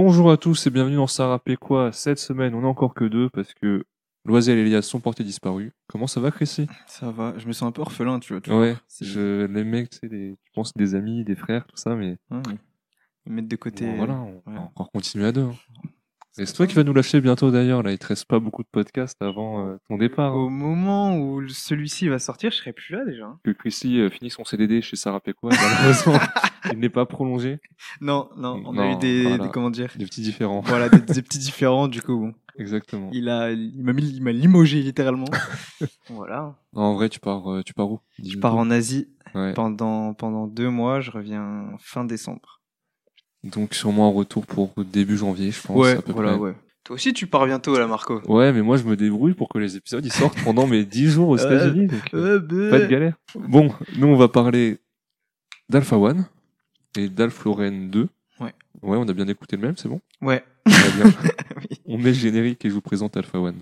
Bonjour à tous et bienvenue dans Ça rappelait quoi. Cette semaine, on n'est encore que deux parce que Loisel et Elias sont portés disparus. Comment ça va, Chrissy? Ça va, je me sens un peu orphelin, tu vois. Toujours. Ouais, C'est- les mecs, tu sais, tu penses des amis, des frères, tout ça, mais Ouais, mettre de côté. bon, voilà, on ouais. va encore continuer à deux. Hein. Et c'est ça. toi qui vas nous lâcher bientôt d'ailleurs, là, il te reste pas beaucoup de podcasts avant ton départ. Au Hein. moment où celui-ci va sortir, je serai plus là déjà. Que Chrissy finit son CDD chez Ça rappelait quoi, malheureusement, il n'est pas prolongé. Non, on a eu des comment dire, des petits différents. Voilà, des petits différents, du coup, bon. Exactement. Il m'a limogé littéralement. Voilà. En vrai, tu pars où? Je pars en Asie ouais. pendant 2 mois, je reviens fin décembre. Donc sûrement en retour pour début janvier, je pense. Ouais, à peu voilà, près. ouais. Toi aussi, tu pars bientôt, là, Marco. Ouais, mais moi, je me débrouille pour que les épisodes ils sortent pendant mes 10 jours aux États-Unis. Donc, pas de galère. Bon, nous, on va parler d'Alpha One et d'Alpha-Lauren 2. Ouais. Ouais, on a bien écouté le même, c'est bon? Ouais. Très bien. Oui. On met le générique et je vous présente Alpha One.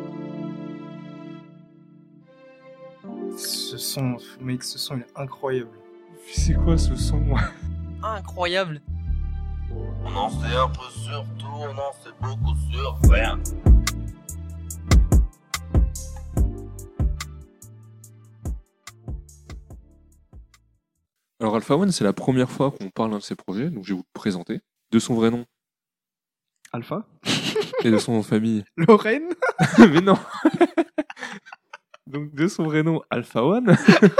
Ce son, mec, il est incroyable. C'est quoi ce son? Incroyable. On en sait un peu sur tout, on en sait beaucoup sur rien. Alors, Alpha One, c'est la première fois qu'on parle d'un de ses projets, donc je vais vous le présenter. De son vrai nom Alpha? et de son nom de famille. Lorraine? Mais non. Donc, de son vrai nom, Alpha One.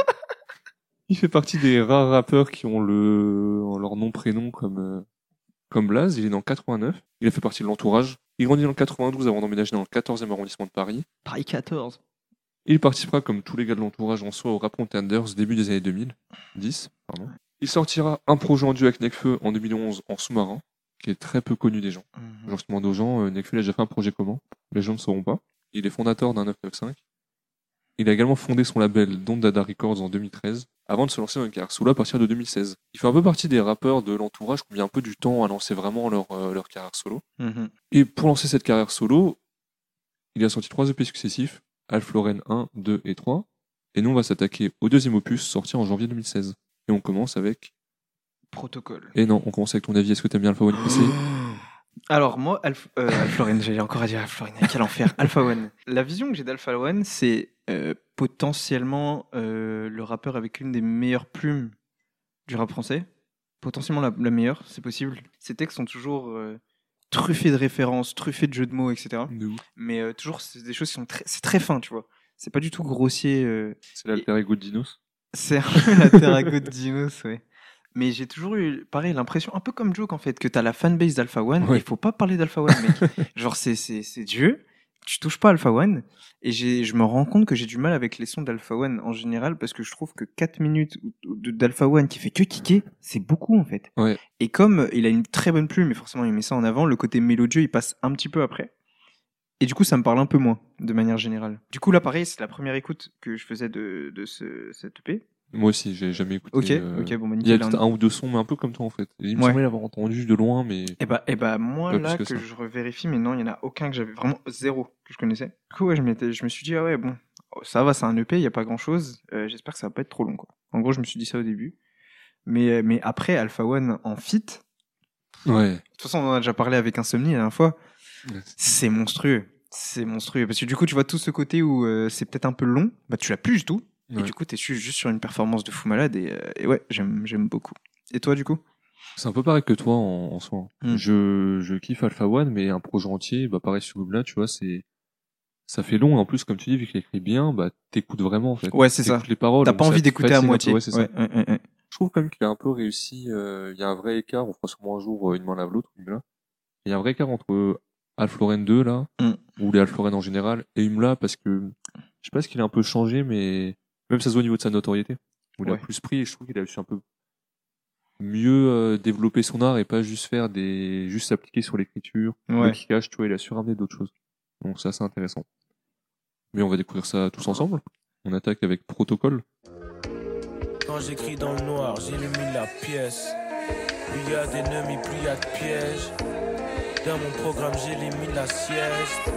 Il fait partie des rares rappeurs qui ont leur nom-prénom comme Blaze. Il est né en 89. Il a fait partie de l'entourage. Il grandit dans le 92 avant d'emménager dans le 14e arrondissement de Paris. Paris 14. Il participera, comme tous les gars de l'entourage en soi, au Rap Contenders début des années 2010. Pardon. Il sortira un projet en duo avec Nekfeu en 2011 en sous-marin, qui est très peu connu des gens. Genre, je demande aux gens, Nekfeu il a déjà fait un projet comment? Les gens ne sauront pas. Il est fondateur d'un 995. Il a également fondé son label Don Dada Records en 2013, avant de se lancer dans une carrière solo à partir de 2016. Il fait un peu partie des rappeurs de l'entourage qui ont mis un peu du temps à lancer vraiment leur carrière solo. Et pour lancer cette carrière solo, il a sorti 3 EP successifs, Alpha-Lauren 1, 2 et 3. Et nous, on va s'attaquer au deuxième opus, sorti en janvier 2016. Et on commence avec... Protocole. Et non, on commence avec ton avis. Est-ce que t'aimes bien Alpha One PC? Alors moi, Alpha-Lauren, j'ai encore à dire Alpha-Lauren, quel enfer. Alpha One. La vision que j'ai d'Alpha-Lauren, c'est potentiellement le rappeur avec l'une des meilleures plumes du rap français. Potentiellement la meilleure, c'est possible. Ses textes sont toujours truffés de références, truffés de jeux de mots, etc. Mais toujours, c'est des choses qui sont c'est très fin, tu vois. C'est pas du tout grossier. C'est l'alter ego de Dinos. C'est un peu l'alter ego de Dinos, ouais. Mais j'ai toujours eu, pareil, l'impression, un peu comme Joke en fait, que t'as la fanbase d'Alpha One, Ouais. et il faut pas parler d'Alpha One, mec. Genre, c'est Dieu, tu touches pas Alpha One, et je me rends compte que j'ai du mal avec les sons d'Alpha One en général, parce que je trouve que 4 minutes d'Alpha One qui fait que kicker, c'est beaucoup en fait. Ouais. Et comme il a une très bonne plume, mais forcément il met ça en avant, le côté mélodieux, il passe un petit peu après. Et du coup, ça me parle un peu moins, de manière générale. Du coup, là, pareil, c'est la première écoute que je faisais de cette EP. Moi aussi, j'ai jamais écouté. Ok, bon, bah, il y a nickel, peut-être un ou deux sons, mais un peu comme toi en fait. Il me Ouais. semblait l'avoir entendu de loin, mais. Et bah moi Pas là plus que que ça. je revérifie, mais non, il y en a aucun que j'avais vraiment zéro que je connaissais. Du coup, ouais, je me suis dit ah ouais bon, ça va, c'est un EP, il y a pas grand chose. J'espère que ça va pas être trop long quoi. En gros, je me suis dit ça au début. Mais après Alpha One en feat. Ouais. De toute façon, on en a déjà parlé avec Insomnie la dernière fois. Ouais. C'est monstrueux. C'est monstrueux parce que du coup, tu vois tout ce côté où c'est peut-être un peu long, bah tu l'as plus du tout. Et Ouais. du coup, t'es juste sur une performance de fou malade et ouais, j'aime beaucoup. Et toi, du coup? C'est un peu pareil que toi en soi. Je kiffe Alpha One, mais un projet entier, bah pareil sur Blabla, tu vois, ça fait long. Et en plus, comme tu dis, vu qu'il écrit bien, bah t'écoutes vraiment en fait. Ouais, c'est ça. T'écoutes les paroles. T'as donc pas ça envie te d'écouter à fatigue un peu. moitié. Ouais, c'est ça. Ouais. Je trouve quand même qu'il a un peu réussi. Il y a un vrai écart. On fera sûrement un jour une main lave l'autre. Là. Il y a un vrai écart entre Alpha-Lauren 2 là, ou les Alpha-Lauren en général, et Humla parce que je sais pas ce qu'il a un peu changé, mais même ça se voit au niveau de sa notoriété. Où il a plus pris et je trouve qu'il a su un peu mieux développer son art et pas juste faire juste s'appliquer sur l'écriture, le kickage, tu vois, il a su ramener d'autres choses. Donc ça c'est intéressant. Mais on va découvrir ça tous ensemble. On attaque avec Protocole. Quand j'écris dans le noir, j'illumine la pièce. Plus il y a d'ennemis, plus il y a de pièges. Dans mon programme, j'élimine la sieste.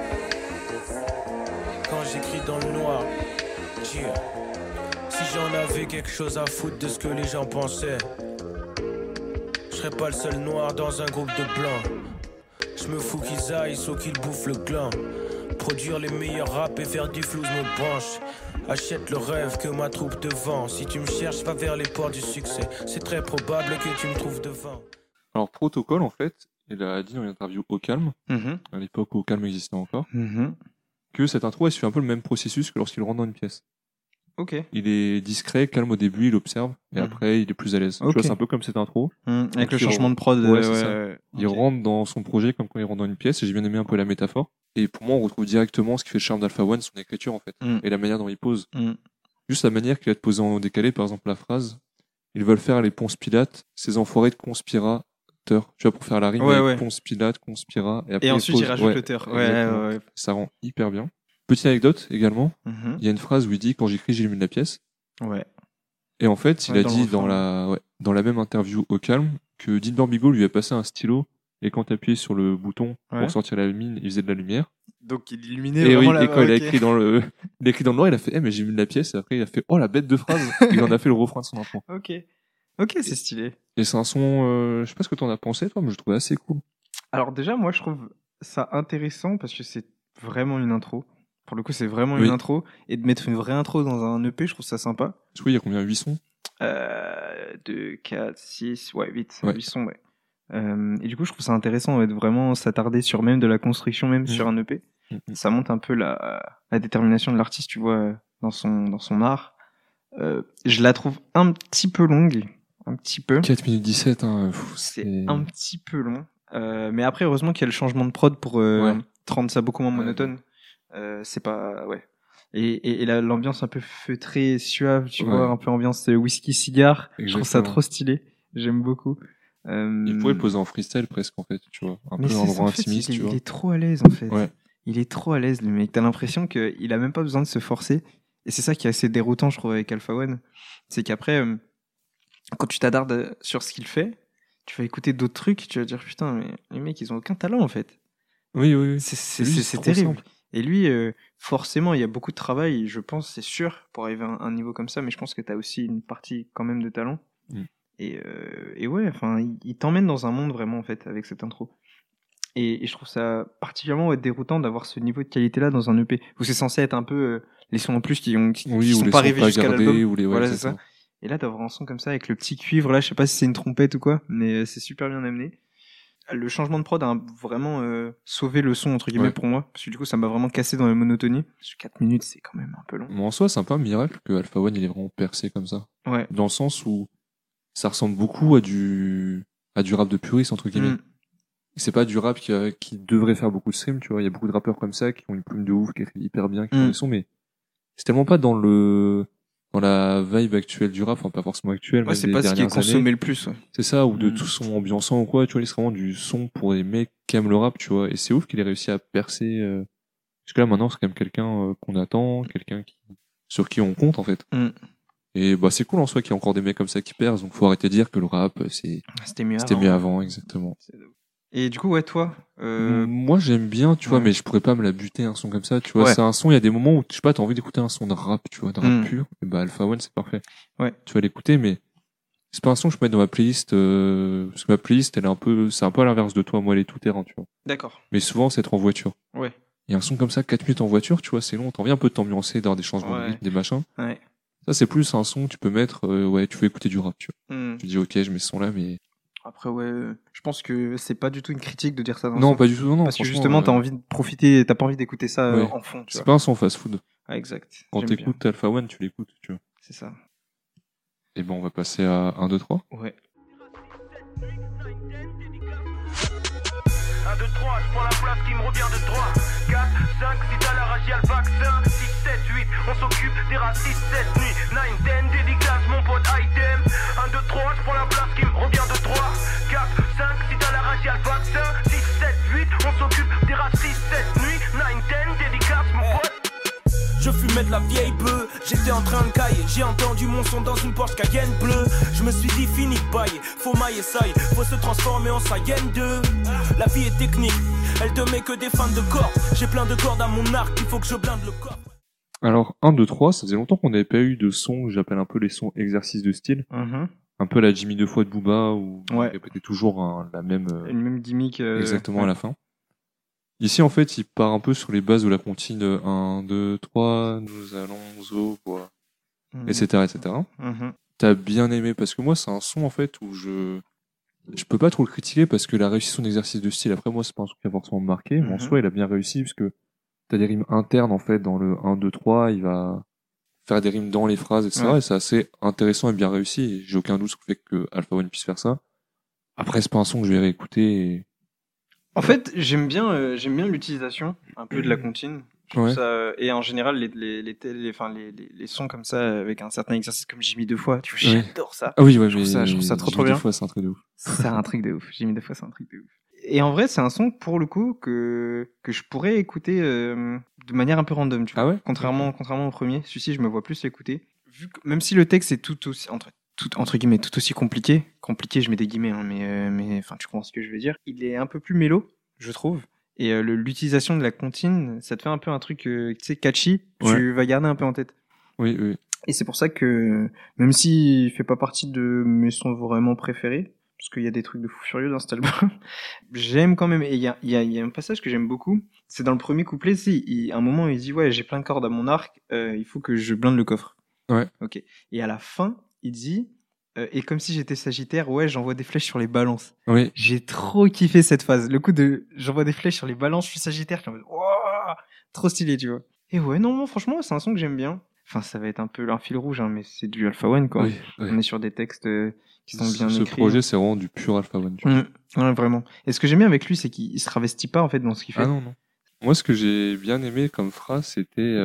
Quand j'écris dans le noir, yeah. Si j'en avais quelque chose à foutre de ce que les gens pensaient, je serai pas le seul noir dans un groupe de blancs. Je me fous qu'ils aillent, sauf qu'ils bouffent le gland. Produire les meilleurs raps et faire du flouze me branche. Achète le rêve que ma troupe te vend. Si tu me cherches, va vers les portes du succès. C'est très probable que tu me trouves devant. Alors, Protocol, en fait, il a dit dans une interview au Calme, à l'époque où au Calme existait encore, que cette intro, elle suit un peu le même processus que lorsqu'il rentre dans une pièce. Ok. Il est discret, calme au début, il observe, et après, il est plus à l'aise. Ok. Tu vois, c'est un peu comme cette intro. Avec le changement de prod. Ouais, c'est ça. Il rentre dans son projet comme quand il rentre dans une pièce, et j'ai bien aimé un peu la métaphore. Et pour moi, on retrouve directement ce qui fait le charme d'Alpha One, son écriture, en fait, et la manière dont il pose. Juste la manière qu'il a de poser en décalé, par exemple, la phrase « Ils veulent faire les Ponce Pilates, ces enfoirés de conspirateurs. » Tu vois, pour faire la rime, Ponce Pilate, conspira, et après, et ensuite, il rajoute le teur. Ouais. Ça rend hyper bien. Petite anecdote également, il y a une phrase où il dit « Quand j'écris, j'illumine la pièce ». Ouais. Et en fait, il a dit dans la même interview au Calme que Dilbert Bigot lui a passé un stylo et quand tu appuyais sur le bouton pour sortir la mine, il faisait de la lumière. Donc il illuminait et vraiment oui, et quand il a écrit dans le noir, il a fait mais j'illumine la pièce et après il a fait oh la bête de phrase, il en a fait le refrain de son intro. OK, c'est stylé. Et c'est un son je sais pas ce que t'en as pensé toi, mais je le trouvais assez cool. Alors déjà moi je trouve ça intéressant parce que c'est vraiment une intro. Pour le coup, c'est vraiment une intro. Et de mettre une vraie intro dans un EP, je trouve ça sympa. Oui, il y a combien 8 sons 2, 4, 6, 8. 8 sons, ouais. Et du coup, je trouve ça intéressant de vraiment s'attarder sur même de la construction, même sur un EP. Ça montre un peu la détermination de l'artiste, tu vois, dans son art. Je la trouve un petit peu longue. Un petit peu. 4 minutes 17, c'est un petit peu long. Mais après, heureusement qu'il y a le changement de prod pour rendre ça beaucoup moins monotone. C'est pas et l'ambiance un peu feutrée, suave, tu vois, un peu ambiance whisky cigare. Exactement. Je trouve ça trop stylé. J'aime beaucoup. Il pourrait le poser en freestyle presque en fait, tu vois, un peu dans l'endroit intimiste, tu vois. Il est trop à l'aise en fait. Il est trop à l'aise le mec. T'as l'impression qu'il a même pas besoin de se forcer. Et c'est ça qui est assez déroutant, je trouve, avec Alpha One, c'est qu'après, quand tu t'attardes sur ce qu'il fait, tu vas écouter d'autres trucs, tu vas dire putain, mais les mecs ils ont aucun talent en fait. Oui. C'est terrible. Simple. Et lui, forcément, il y a beaucoup de travail, je pense, c'est sûr, pour arriver à un niveau comme ça, mais je pense que t'as aussi une partie quand même de talent. Et ouais, enfin, il t'emmène dans un monde vraiment, en fait, avec cette intro. Et je trouve ça particulièrement déroutant d'avoir ce niveau de qualité-là dans un EP, où c'est censé être un peu les sons en plus qui sont pas arrivés jusqu'à l'album. Voilà, c'est ça. Et là, d'avoir un son comme ça, avec le petit cuivre, là, je sais pas si c'est une trompette ou quoi, mais c'est super bien amené. Le changement de prod a vraiment sauvé le son entre guillemets pour moi, parce que du coup ça m'a vraiment cassé dans la monotonie. Parce que 4 minutes c'est quand même un peu long. Mais en soi c'est un peu un miracle que Alpha One il est vraiment percé comme ça. Dans le sens où ça ressemble beaucoup à du rap de puriste entre guillemets. C'est pas du rap qui devrait faire beaucoup de streams, tu vois. Il y a beaucoup de rappeurs comme ça qui ont une plume de ouf, qui écrivent hyper bien, qui font des sons, mais c'est tellement pas dans la vibe actuelle du rap, enfin pas forcément actuelle, mais c'est pas ce qui est consommé le plus. C'est ça, ou de tout son ambiançant ou quoi, tu vois, c'est vraiment du son pour les mecs qui aiment le rap, tu vois. Et c'est ouf qu'il ait réussi à percer, parce que là maintenant c'est quand même quelqu'un qu'on attend, quelqu'un sur qui on compte en fait. Et bah c'est cool en soi qu'il y ait encore des mecs comme ça qui percent, donc faut arrêter de dire que le rap c'était mieux avant, exactement. Et du coup, toi moi j'aime bien, tu vois, mais je pourrais pas me la buter un son comme ça, tu vois. C'est un son, il y a des moments où, je sais pas, t'as envie d'écouter un son de rap, tu vois, de rap pur. Et bah Alpha One, c'est parfait. Tu vas l'écouter, mais c'est pas un son que je peux mettre dans ma playlist, parce que ma playlist, c'est un peu à l'inverse de toi, moi elle est tout terrain, tu vois. D'accord. Mais souvent, c'est être en voiture. Il y a un son comme ça, 4 minutes en voiture, tu vois, c'est long, t'as envie un peu de t'ambiancer, d'avoir des changements de rythme, des machins. Ça, c'est plus un son que tu peux mettre, tu veux écouter du rap, tu vois. Tu dis, ok, je mets ce son là, mais après, je pense que c'est pas du tout une critique de dire ça dans non, pas du tout, non. Parce que justement, t'as envie de profiter, t'as pas envie d'écouter ça en fond. C'est pas un son fast-food. Exact. Quand t'écoutes Alpha One, tu l'écoutes, tu vois. C'est ça. Et bon, on va passer à 1, 2, 3. 1, 2, 3, je prends la place qui me revient de 3, 4, 5, si t'as la rage, y'a le vaccin. 6, 7, 8, on s'occupe des racistes cette nuit. 9, 10, dédicace, mon pote item. 1, 2, 3, je prends la place qui me revient de 3, 4, 5, si t'as la rage, y'a le vaccin. 6, 7, 8, on s'occupe des racistes cette nuit. 9, 10, dédicace, mon pote. Je fumais de la vieille bœuf, j'étais en train de cailler. J'ai entendu mon son dans une Porsche Cayenne bleue. Je me suis dit fini de bailler, faut mailler ça y est, faut se transformer en Saiyan 2. La vie est technique, elle te met que des fans de corps. J'ai plein de cordes à mon arc, il faut que je blinde le corps. Alors 1, 2, 3, ça faisait longtemps qu'on n'avait pas eu de sons, j'appelle un peu les sons exercices de style. Un Un peu la Jimmy 2 fois de Booba, où Ouais. il répétait toujours la même... Une même gimmick. exactement ouais. à la fin. Ici, en fait, il part un peu sur les bases de la comptine 1, 2, 3, nous allons au bois, etc., etc. Mhm. T'as bien aimé, parce que moi, c'est un son, en fait, où je peux pas trop le critiquer, parce que il a réussi son exercice de style. Après, moi, c'est pas un truc qui a forcément marqué, mais en soi, il a bien réussi, parce que t'as des rimes internes, en fait, dans le 1, 2, 3, il va faire des rimes dans les phrases, etc. Ouais. Et c'est assez intéressant et bien réussi, et j'ai aucun doute sur le fait que Alpha One puisse faire ça. Après, c'est pas un son que je vais réécouter, et... En fait, j'aime bien l'utilisation un peu de la comptine. Je trouve Ouais. ça, et en général, les sons comme ça, avec un certain exercice comme Jimmy 2 fois, tu vois, Ouais. j'adore ça. Ah oui, ouais, Je mais trouve ça trop Jimmy bien. 2 fois, c'est un truc de ouf. C'est un truc de ouf. Jimmy 2 fois, c'est un truc de ouf. Et en vrai, c'est un son, pour le coup, que je pourrais écouter de manière un peu random, tu vois. Ah ouais? Contrairement au premier, celui-ci, je me vois plus l'écouter. Même si le texte est tout aussi, entre guillemets, tout aussi compliqué, je mets des guillemets, hein, mais enfin, tu comprends ce que je veux dire. Il est un peu plus mélo, je trouve. Et l'utilisation de la comptine, ça te fait un peu un truc, tu sais, catchy, Ouais. tu vas garder un peu en tête. Oui, oui. Et c'est pour ça que, même s'il fait pas partie de mes sons vraiment préférés, parce qu'il y a des trucs de fou furieux dans cet album, j'aime quand même. Et il y a un passage que j'aime beaucoup, c'est dans le premier couplet, à un moment, il dit, ouais, j'ai plein de cordes à mon arc, il faut que je blinde le coffre. Ouais. Ok. Et à la fin, il dit, et comme si j'étais Sagittaire, ouais, j'envoie des flèches sur les balances. Oui. J'ai trop kiffé cette phase. Le coup de j'envoie des flèches sur les balances, je suis Sagittaire, je suis en mode, wow, trop stylé, tu vois. Et ouais, non, franchement, c'est un son que j'aime bien. Enfin, ça va être un peu un fil rouge, hein, mais c'est du Alpha One, quoi. Oui, oui. On est sur des textes qui sont bien Ce écrits. projet, c'est vraiment du pur Alpha One. Tu vois. Ouais, vraiment. Et ce que j'aime bien avec lui, c'est qu'il se travestit pas, en fait, dans ce qu'il fait. Ah non, non. Moi, ce que j'ai bien aimé comme phrase, c'était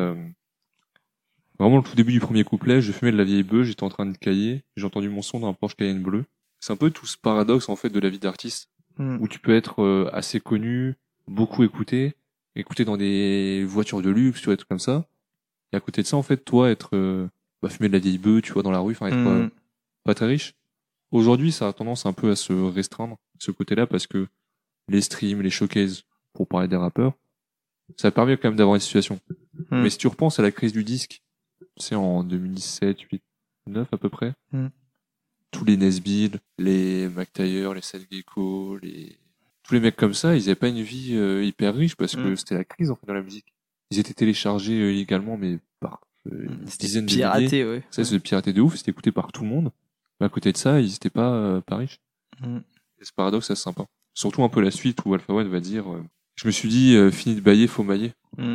vraiment le tout début du premier couplet. Je fumais de la vieille bœuf, j'étais en train de cailler, j'ai entendu mon son dans un Porsche Cayenne bleu. C'est un peu tout ce paradoxe, en fait, de la vie d'artiste, où tu peux être assez connu, beaucoup écouté dans des voitures de luxe, tu vois, des trucs comme ça. Et à côté de ça, en fait, toi, être fumer de la vieille bœuf, tu vois, dans la rue, enfin, être pas très riche. Aujourd'hui, ça a tendance un peu à se restreindre, ce côté-là, parce que les streams, les showcases, pour parler des rappeurs, ça permet quand même d'avoir une situation. Mais si tu repenses à la crise du disque, tu sais, en 2017, 8, 9 à peu près, tous les Nesbill, les McTayer, les Seth Gecko, tous les mecs comme ça, ils avaient pas une vie hyper riche parce que c'était la crise en fait dans la musique. Ils étaient téléchargés illégalement, mais par dizaines de milliers. Piraté, ouais. Ça, c'est piraté de ouf, c'était écouté par tout le monde. Mais à côté de ça, ils étaient pas riches. Et ce paradoxe, c'est sympa. Surtout un peu la suite où Alpha One va dire je me suis dit, fini de bailler, faut mailler.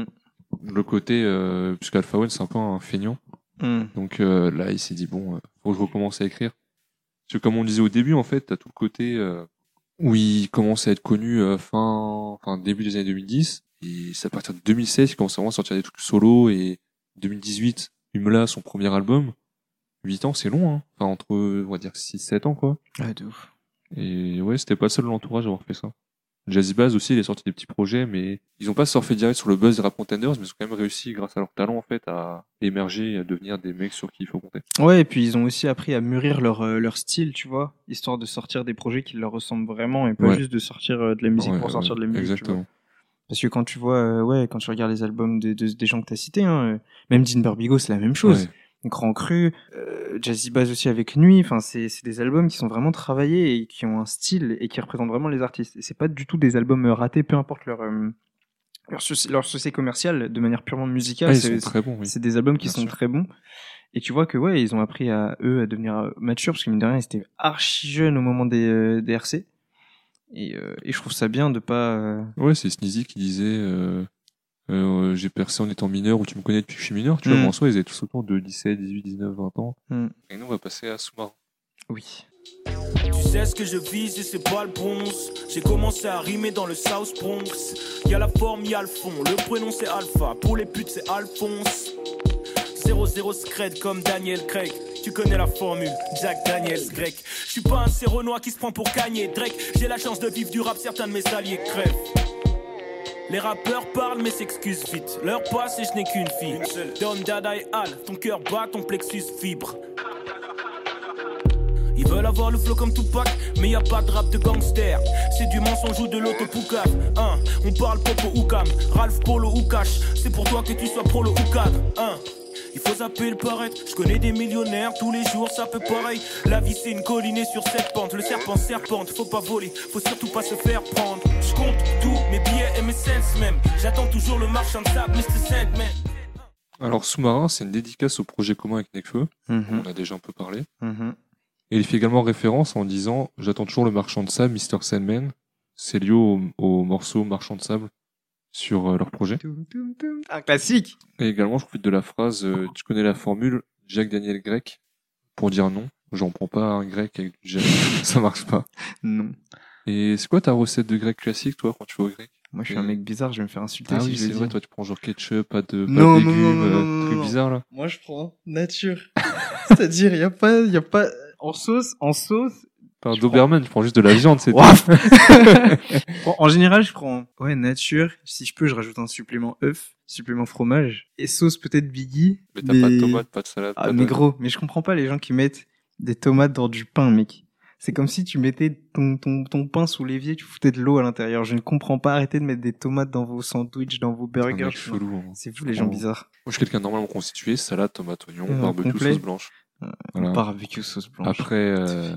Le côté, puisque Alpha One, c'est un peu un feignant. Donc là, il s'est dit, bon, faut que je recommence à écrire. Parce que comme on disait au début, en fait, t'as tout le côté où il commence à être connu début des années 2010. Et c'est à partir de 2016 qu'il commence à vraiment sortir des trucs solo. Et 2018, Humla, son premier album. 8 ans, c'est long, hein. Enfin, entre, on va dire, 6-7 ans, quoi. Ouais, de ouf. Et ouais, c'était pas le seul de l'entourage à avoir fait ça. Jazzy Bass aussi, il est sorti des petits projets, mais ils ont pas surfé direct sur le buzz des Rap Contenders, mais ils ont quand même réussi, grâce à leur talent, en fait, à émerger et à devenir des mecs sur qui il faut compter. Ouais, et puis ils ont aussi appris à mûrir leur style, tu vois, histoire de sortir des projets qui leur ressemblent vraiment et pas juste de sortir de la musique pour sortir de la musique. Exactement. Parce que quand tu vois, quand tu regardes les albums des gens que t'as cités, hein, même Dean Barbigo, c'est la même chose. Ouais. Grand Cru, Jazzy Bass aussi avec Nuit, enfin c'est des albums qui sont vraiment travaillés et qui ont un style et qui représentent vraiment les artistes. Et c'est pas du tout des albums ratés, peu importe leur succès commercial, de manière purement musicale. Ils sont très bons, oui. C'est des albums qui Bien sont sûr. très bons. Et tu vois que ils ont appris à devenir matures, parce que mine de rien, ils étaient archi jeunes au moment des RC. Et je trouve ça bien de pas... Ouais, c'est Sneezy qui disait j'ai percé en étant mineur, ou tu me connais depuis que je suis mineur, tu vois, mais en soi, ils étaient tous autour de 17, 18, 19, 20 ans. Et nous, on va passer à Sous-Marin. Oui. Tu sais ce que je vise et c'est pas le bronze. J'ai commencé à rimer dans le South Bronx. Y'a la forme, y'a le fond. Le prénom c'est Alpha, pour les putes c'est Alphonse. 0-0 scred comme Daniel Craig. Tu connais la formule, Jack Daniels grec. Je suis pas un Céronois qui se prend pour Kanye Drake. J'ai la chance de vivre du rap, certains de mes alliés crèvent. Les rappeurs parlent mais s'excusent vite. Leur passe et je n'ai qu'une fille. Don Dada et Al, ton cœur bat, ton plexus vibre. Ils veulent avoir le flow comme Tupac, mais y a pas de rap de gangster. C'est du mensonge ou de l'autopoucave. On parle Popo ou Cam, Ralph Polo ou Cash. C'est pour toi que tu sois prolo ou cadre. Il faut faut zapper le paraître. Je connais des millionnaires, tous les jours ça peut pareil. La vie c'est une colline et sur cette pente, le serpent serpente, faut pas voler, faut surtout pas se faire prendre. Je compte tout, mes billets et mes cents même. J'attends toujours le marchand de sable, Mr. Sandman. Alors, Sous-marin, c'est une dédicace au projet commun avec Nekfeu. On a déjà un peu parlé. Et il fait également référence en disant « J'attends toujours le marchand de sable, Mr. Sandman ». C'est lié au morceau Marchand de sable sur leur projet. Un classique. Et également, je profite de la phrase tu connais la formule Jacques Daniel grec pour dire non. J'en prends pas un grec avec du Jacques. Ça marche pas. Non. Et c'est quoi ta recette de grec classique, toi, quand tu vas au grec? Moi, je suis un mec bizarre, je vais me faire insulter Ah si oui, je c'est le vrai, dis. toi, tu prends genre ketchup, pas de Non, légumes, non, truc bizarre, là. Moi, je prends nature. C'est-à-dire, il y a pas, en sauce. Pas Doberman, tu prends juste de la viande, c'est tout. Ouah. Bon, en général, je prends, nature. Si je peux, je rajoute un supplément œuf, supplément fromage, et sauce peut-être Biggie. Mais t'as pas de tomates, pas de salade. Ah, pas mais de... gros, mais je comprends pas les gens qui mettent des tomates dans du pain, mec. C'est comme si tu mettais ton pain sous l'évier, tu foutais de l'eau à l'intérieur. Je ne comprends pas. Arrêtez de mettre des tomates dans vos sandwichs, dans vos C'est un burgers. mec chelou. Hein. C'est vous les gens bizarres. Moi, je suis quelqu'un normalement constitué, salade, tomate, oignon, barbecue, complet. sauce blanche. Voilà. Barbecue sauce blanche. Après,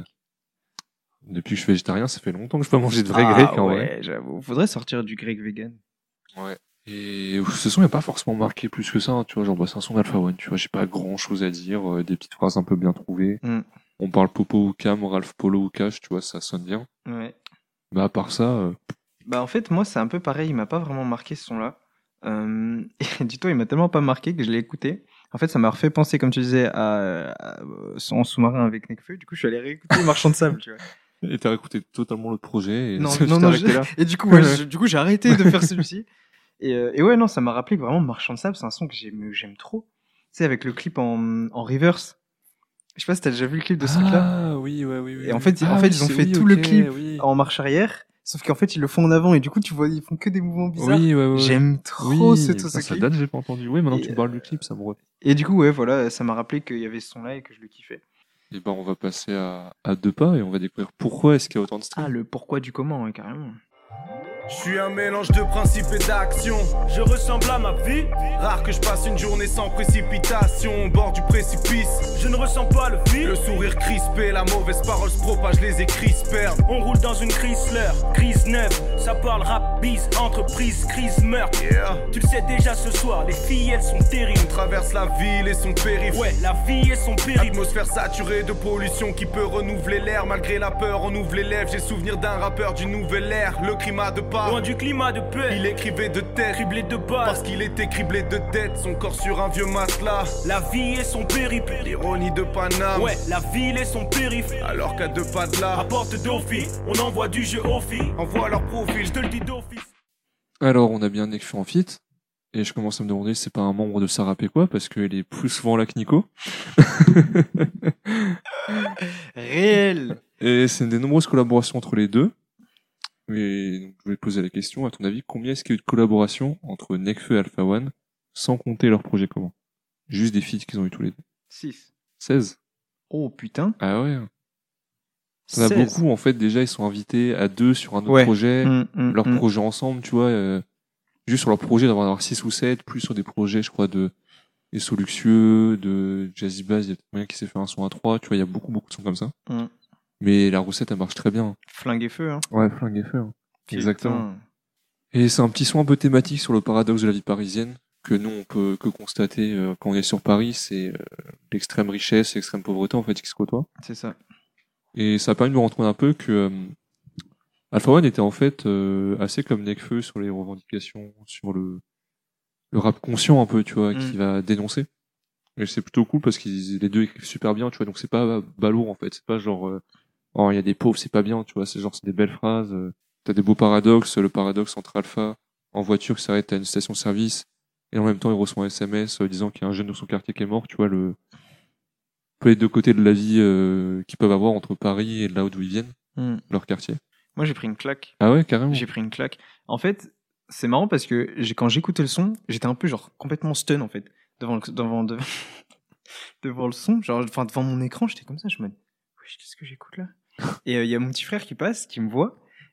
depuis que je suis végétarien, ça fait longtemps que je peux manger de vrai grec, en vrai. J'avoue. Faudrait sortir du grec vegan. Ouais. Et ce son n'est pas forcément marqué plus que ça, hein, tu vois, genre, c'est un son d'Alpha One, tu vois, j'ai pas grand chose à dire, des petites phrases un peu bien trouvées. On parle Popo ou Cam, Ralph Polo ou Cash, tu vois, ça sonne bien. Ouais. Bah, à part ça, Bah, en fait, moi, c'est un peu pareil. Il m'a pas vraiment marqué ce son-là. Et dis-toi, il m'a tellement pas marqué que je l'ai écouté. En fait, ça m'a refait penser, comme tu disais, à son sous-marin avec Nekfeu. Du coup, je suis allé réécouter Marchand de sable, tu vois. et t'as écouté totalement l'autre projet, et Non, tu non, t'es non, arrêté là. Et du coup, j'ai arrêté de faire celui-ci. Et ouais, non, ça m'a rappelé que vraiment Marchand de sable, c'est un son que j'aime trop. Tu sais, avec le clip en reverse. Je sais pas si t'as déjà vu le clip de ce truc-là. Ah, oui. Et en fait, ils ont fait tout le clip en marche arrière. Sauf qu'en fait, ils le font en avant et du coup, tu vois, ils font que des mouvements bizarres. Oui, ouais. J'aime trop ce ça clip. date, j'ai pas entendu. Oui, maintenant que Et, tu parles du clip, ça me refait. Et du coup, ouais, voilà, ça m'a rappelé qu'il y avait ce son-là et que je le kiffais. Et ben, on va passer à deux pas et on va découvrir pourquoi est-ce qu'il y a autant de streams. Ah, le pourquoi du comment, ouais, carrément. Je suis un mélange de principes et d'action. Je ressemble à ma vie. Rare que je passe une journée sans précipitation au bord du précipice. Je ne ressens pas le fil. Le sourire crispé, la mauvaise parole se propage, les écrits se perdent. On roule dans une Chrysler, crise neuve. Ça parle rap, bis, entreprise, crise, meurtre. Yeah. Tu le sais déjà ce soir, les filles elles sont terribles. On traverse la ville et son périph'. Ouais, la vie et son périple. Atmosphère saturée de pollution qui peut renouveler l'air. Malgré la peur, on ouvre les lèvres. J'ai souvenir d'un rappeur du nouvel ère. Le climat de part. Loin du climat de paix. Il écrivait de tête, Criblé de balles. parce qu'il était criblé de tête. Son corps sur un vieux matelas. La vie et son périple. L'ironie de Paname. Ouais, la ville et son périph'. Alors qu'à deux pas de là, Rapporte d'office, on envoie du jeu aux filles. envoie leur profil. Je te le dis d'office. Alors, on a bien Nekfeu en feat. Et je commence à me demander si c'est pas un membre de Sarapé quoi, parce qu'il est plus souvent là que Nico. Réel. Et c'est une des nombreuses collaborations entre les deux. Et donc, je vais te poser la question, à ton avis, combien est-ce qu'il y a eu de collaborations entre Nekfeu et Alpha One, sans compter leur projet commun? Juste des feats qu'ils ont eu tous les deux. 6. 16. Oh putain. Ah ouais. Ça en a 16. beaucoup, en fait, déjà, ils sont invités à deux sur un autre projet. Leur projet ensemble, tu vois, juste sur leur projet d'avoir 6 ou 7, plus sur des projets, je crois, de Esso Luxueux, de Jazzy Bass, il y a peut-être moyen qui s'est fait un son à 3, tu vois, il y a beaucoup de sons comme ça. Mais la recette, elle marche très bien. Flingue et feu, hein. Ouais, flingue et feu. Hein. Exactement. Putain. Et c'est un petit son un peu thématique sur le paradoxe de la vie parisienne, que nous, on peut que constater quand on est sur Paris, c'est l'extrême richesse, l'extrême pauvreté, en fait, qui se côtoient. C'est ça. Et ça a permis de me rendre compte un peu que Alpha One était en fait assez comme Nekfeu sur les revendications, sur le rap conscient un peu, tu vois, qui va dénoncer. Et c'est plutôt cool parce qu'ils les deux écrivent super bien, tu vois, donc c'est pas balourd en fait, c'est pas genre oh il y a des pauvres, c'est pas bien, tu vois, c'est genre c'est des belles phrases, t'as des beaux paradoxes, le paradoxe entre Alpha en voiture qui s'arrête à une station-service et en même temps il reçoit un SMS disant qu'il y a un jeune de son quartier qui est mort, tu vois, le peu les deux côtés de la vie qu'ils peuvent avoir entre Paris et là d'où ils viennent, leur quartier. Moi, j'ai pris une claque. Ah ouais, carrément. J'ai pris une claque. En fait, c'est marrant parce que quand j'écoutais le son, j'étais un peu genre complètement stun en fait devant le son, genre enfin devant mon écran, j'étais comme ça, je me dis oui, qu'est-ce que j'écoute là? Et il y a mon petit frère qui passe, qui me voit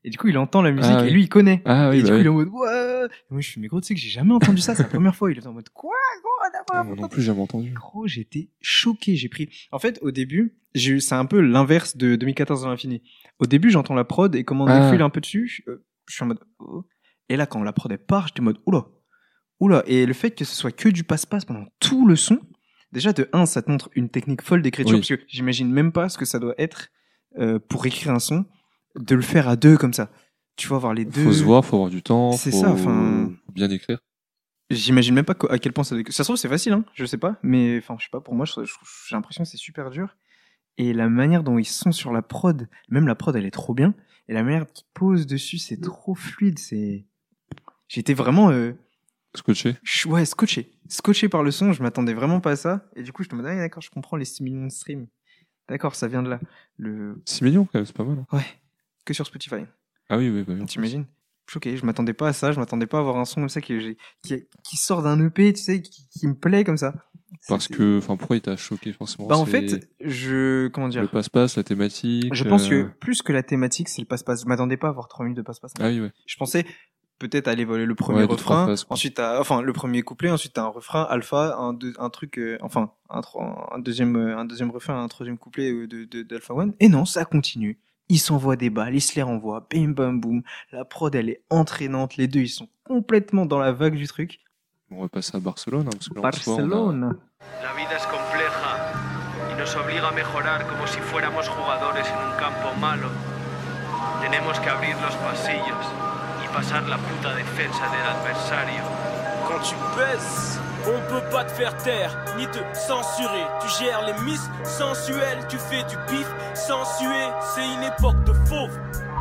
Et du coup, il entend la musique Ah, et oui. lui, il connaît. Ah oui, Et du bah coup, oui. il est en mode, ouais. Et moi, je suis, mais gros, tu sais que j'ai jamais entendu ça, c'est la première fois. Il est en mode, quoi, gros, la Ah, première moi fois. non plus, j'ai jamais entendu. Gros, j'étais choqué. J'ai pris. En fait, au début, c'est un peu l'inverse de 2014 dans l'infini. Au début, j'entends la prod et comment Ah. il est un peu dessus, je suis en mode. Oh. Et là, quand la prod elle part, j'étais en mode, oula, oula. Et le fait que ce soit que du passe-passe pendant tout le son, déjà de 1, ça te montre une technique folle d'écriture Oui. parce que j'imagine même pas ce que ça doit être pour écrire un son, de le faire à 2 comme ça. Tu vas voir les deux. Faut se voir, faut avoir du temps. C'est faut... ça, enfin. faut bien écrire. J'imagine même pas à quel point ça doit... Ça se trouve, c'est facile, hein, je sais pas. Mais enfin, je sais pas, pour moi, j'ai l'impression que c'est super dur. Et la manière dont ils sont sur la prod, même la prod, elle est trop bien. Et la manière qu'ils posent dessus, c'est trop fluide. J'étais vraiment Scotché. ouais, scotché par le son. Je m'attendais vraiment pas à ça. Et du coup, je te me dis, ah, d'accord, je comprends les 6 millions de streams. D'accord, ça vient de là. 6 millions quand même, c'est pas mal. Hein. Ouais, que sur Spotify. Ah oui, oui, bah oui. T'imagines? Choqué, je m'attendais pas à ça, je m'attendais pas à avoir un son comme ça qui sort d'un EP, tu sais, qui me plaît comme ça. Parce que, enfin, pourquoi il t'a choqué forcément? Bah en C'est fait, comment dire? le passe-passe, la thématique. Je pense que plus que la thématique, c'est le passe-passe. Je m'attendais pas à avoir 3 minutes de passe-passe. Ah oui, ouais. Je pensais peut-être aller voler le premier Ouais, 2-3 refrain, phases, quoi. ensuite le premier couplet, ensuite t'as un refrain alpha, un truc, un deuxième refrain, un troisième couplet d'Alpha One. Et non, ça continue. Ils s'envoient des balles, ils se les renvoient, bim bam boum. La prod, elle est entraînante. Les deux, ils sont complètement dans la vague du truc. On va passer à Barcelone, hein, parce que là, en soi, on a- Barcelone. La vida es compleja y nos obliga a mejorar como si fuéramos jugadores en un campo malo. Tenemos que abrir los pasillos y pasar la puta defensa del adversario. Quand tu pèses, on peut pas te faire taire, ni te censurer. Tu gères les miss sensuelles, tu fais du bif sensué. C'est une époque de fauve.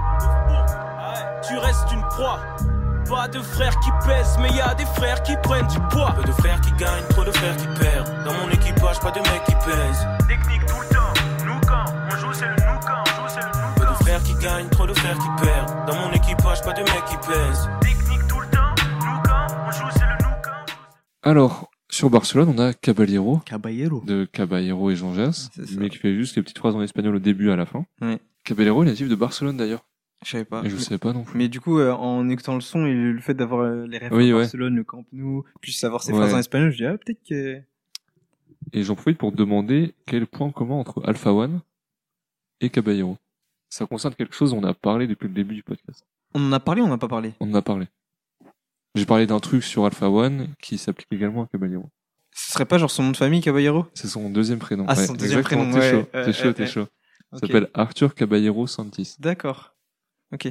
Tu restes une proie. Pas de frères qui pèsent, mais y a des frères qui prennent du poids. Peu de frères qui gagnent, trop de frères qui perdent. Dans mon équipage, pas de mecs qui pèsent. Technique tout le temps, nous quand on joue c'est le nous quand on joue c'est le nous Peu quand. de frères qui gagnent, trop de frères qui perdent. Dans mon équipage, pas de mecs qui pèsent. Technique tout le temps, nous quand on joue c'est le nous quand. Alors, sur Barcelone, on a Caballero, Caballero. de Caballero et Jean Jass, C'est ça. mais qui fait juste les petites phrases en espagnol au début et à la fin. Ouais. Caballero est natif de Barcelone d'ailleurs. Je savais pas. Et je sais pas non plus. Mais du coup, en écoutant le son et le fait d'avoir les rêves Oui, à ouais. Barcelone, le Camp Nou, puis savoir ses Ouais. phrases en espagnol, je dis, ah, peut-être que... Et j'en profite pour te demander quel point commun entre Alpha One et Caballero. Ça concerne quelque chose dont on a parlé depuis le début du podcast. On en a parlé ou on n'a pas parlé? On en a parlé. J'ai parlé d'un truc sur Alpha One qui s'applique également à Caballero. Ce serait pas genre son nom de famille, Caballero? C'est son deuxième prénom. Ah, c'est son deuxième exactement. prénom, T'es ouais. chaud, t'es chaud, t'es chaud. Il Ok. s'appelle Arthur Caballero Santis. D'accord. Ok.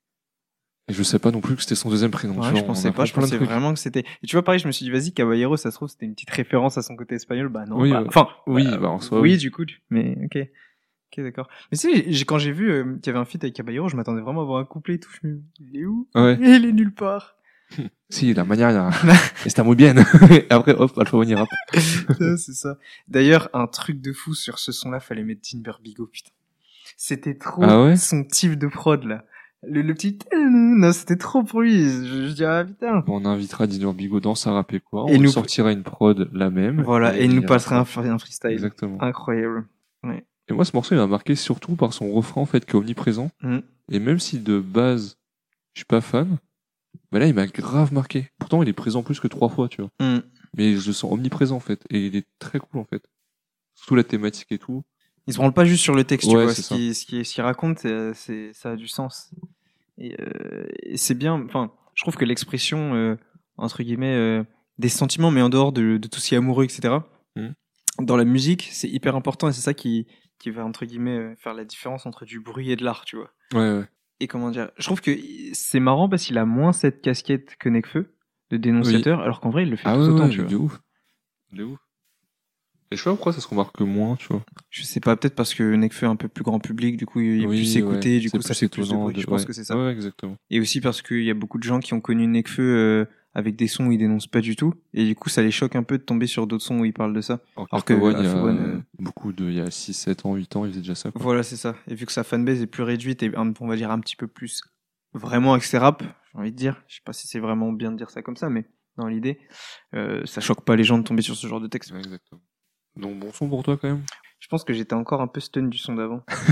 Et je sais pas non plus que c'était son deuxième prénom. Ouais, tu vois, je on pensais apprend pas, je plein de pensais trucs. vraiment que c'était... Et tu vois, pareil, je me suis dit, vas-y, Caballero, ça se trouve, c'était une petite référence à son côté espagnol. Bah non. Oui, bah, ouais. enfin, Oui, bah, en soi, oui, oui. du coup, mais ok. Ok, d'accord. Mais tu sais, quand j'ai vu qu'il y avait un feat avec Caballero, je m'attendais vraiment à voir un couplet et tout. Je me dis, il est où? Ouais. Il est nulle part. Si, la manière, está muy bien. Et après, hop, Alpha One, il rappe. Ça, c'est ça. D'ailleurs, un truc de fou sur ce son-là, fallait mettre Timber Bigo, putain. C'était trop Ah ouais son type de prod, là. Le petit... Non, c'était trop pour lui. Je dis, ah putain. On invitera Dinor Bigot dans sa rap et quoi. Et On nous- sortira une prod la même. Voilà, et il nous il passera rappera. un freestyle. Exactement. Incroyable. Et moi, ce morceau, il m'a marqué surtout par son refrain, en fait, qui est omniprésent. Mm. Et même si de base, je suis pas fan, bah là, il m'a grave marqué. Pourtant, il est présent plus que 3 fois, tu vois. Mm. Mais je le sens omniprésent, en fait. Et il est très cool, en fait. Surtout la thématique et tout. Il se branle pas juste sur le texte, tu Ouais, vois. c'est Ce qu'il raconte, ça a du sens. Et c'est bien. Enfin, je trouve que l'expression, entre guillemets, des sentiments, mais en dehors de tout ce qui est amoureux, etc. Mm. Dans la musique, c'est hyper important et c'est ça qui va, entre guillemets, faire la différence entre du bruit et de l'art, tu vois. Ouais, ouais. Et comment dire, je trouve que c'est marrant parce qu'il a moins cette casquette que Nekfeu de dénonciateur, alors qu'en vrai, il le fait Ah tout ouais, autant, ouais, tu vois. de ouf. De ouf. Et je sais pas pourquoi ça se remarque moins, tu vois. Je sais pas, peut-être parce que Nekfeu est un peu plus grand public, du coup, il est plus écouté, ouais. du C'est coup, ça fait plus de étonnant bruit. Je pense ouais. que c'est ça. Ouais, exactement. Et aussi parce qu'il y a beaucoup de gens qui ont connu Nekfeu avec des sons où ils dénoncent pas du tout. Et du coup, ça les choque un peu de tomber sur d'autres sons où ils parlent de ça. Alors que Alpha One, il y a Alpha One, il y a 6, 7 ans, 8 ans, il faisait déjà ça, quoi. Voilà, c'est ça. Et vu que sa fanbase est plus réduite et on va dire un petit peu plus vraiment axé rap, j'ai envie de dire. Je sais pas si c'est vraiment bien de dire ça comme ça, mais dans l'idée, ça choque pas les gens de tomber sur ce genre de texte. Ouais, exactement. Donc bon son pour toi quand même. Je pense que j'étais encore un peu stun du son d'avant.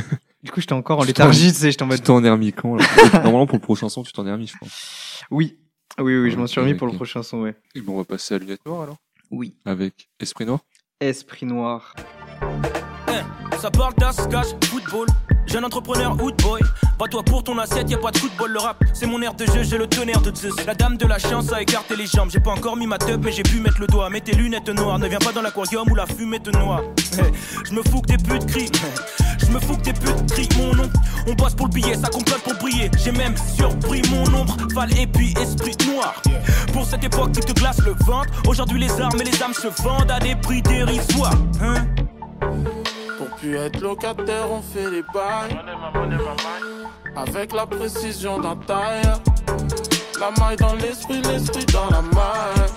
Du coup, j'étais encore en léthargie, tu sais, j'étais en Tu mode... t'en es remis quand là Normalement, pour le prochain son, tu t'en es remis, je pense. Oui, je m'en suis remis pour le Ok. prochain son, ouais. Et bon, on va passer à Lunettes Noires alors. Oui. Avec Esprit Noir. Esprit Noir. Ça parle d'as, cash, football. Jeune entrepreneur, hood boy. Pas-toi pour ton assiette, y'a pas de football. Le rap, c'est mon air de jeu, j'ai le tonnerre de Zeus. La dame de la chance a écarté les jambes. J'ai pas encore mis ma teub, mais j'ai pu mettre le doigt. Mets tes lunettes noires, ne viens pas dans l'aquarium où la fumée te noie. Je me fous que des putes crient. Je me fous que des putes crient mon nom. On bosse pour le billet, ça complote pour briller. J'ai même surpris mon ombre. Val et puis esprit noir. Pour cette époque qui te glace le ventre. Aujourd'hui, les armes et les âmes se vendent à des prix dérisoires. Hein? Pour plus être locataire, on fait les bails. Avec la précision d'un tailleur. La maille dans l'esprit dans la maille.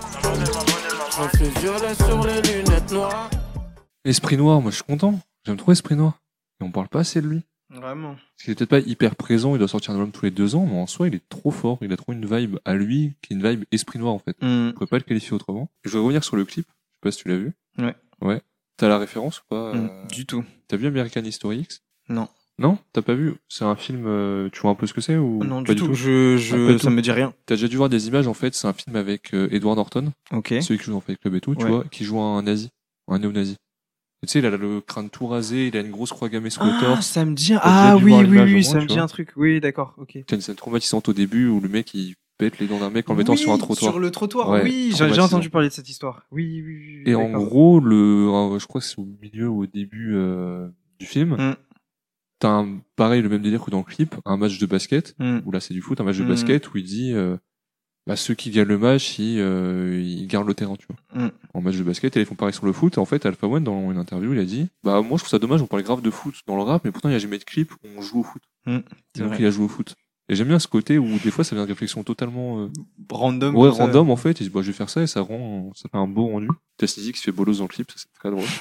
On fait violet sur les lunettes noires. Esprit Noir, moi je suis content. J'aime trop Esprit Noir. Et on parle pas assez de lui. Vraiment. Parce qu'il est peut-être pas hyper présent, il doit sortir un album tous les 2 ans, mais en soi, il est trop fort. Il a trop une vibe à lui, qui est une vibe Esprit Noir en fait. On pourrait pas le qualifier autrement. Je vais revenir sur le clip. Je sais pas si tu l'as vu. Ouais. Ouais. T'as la référence ou pas Du tout. T'as vu American History X? Non. Non? T'as pas vu? C'est un film, tu vois un peu ce que c'est ou Non, pas du tout. pas Ça du tout. me dit rien. T'as déjà dû voir des images en fait, c'est un film avec Edward Norton, Ok. celui qui joue dans Fight Club et tout, tu Ouais. vois, qui joue un nazi, un néo-nazi. Et tu sais, il a le crâne tout rasé, il a une grosse croix gammée sur le Ah, torse. ça me dit... T'as Ah déjà dû oui, voir l'image au moins, ça me tu dit vois. un truc. Oui, d'accord, ok. T'as une scène traumatisante au début où le mec il pète les dents d'un mec en le mettant sur un trottoir. Sur le trottoir, Ouais, oui, j'ai traumatisant. entendu parler de cette histoire. Oui. Et en d'accord. gros, je crois que c'est au milieu ou au début du film, t'as pareil, le même délire que dans le clip, un match de basket, où là c'est du foot, un match de basket où il dit ceux qui gagnent le match, ils gardent le terrain, tu vois. En match de basket, et ils font pareil sur le foot. Et en fait, Alpha One, dans une interview, il a dit moi je trouve ça dommage, on parlait grave de foot dans le rap, mais pourtant il n'y a jamais de clip où on joue au foot. C'est Donc vrai. il a joué au foot. Et j'aime bien ce côté où des fois ça vient de réflexion totalement Random. ouais, comme ça. random en fait. Il dit je vais faire ça et ça fait un beau rendu. T'as Sneezy qui se fait bolos dans le clip, ça c'est très drôle.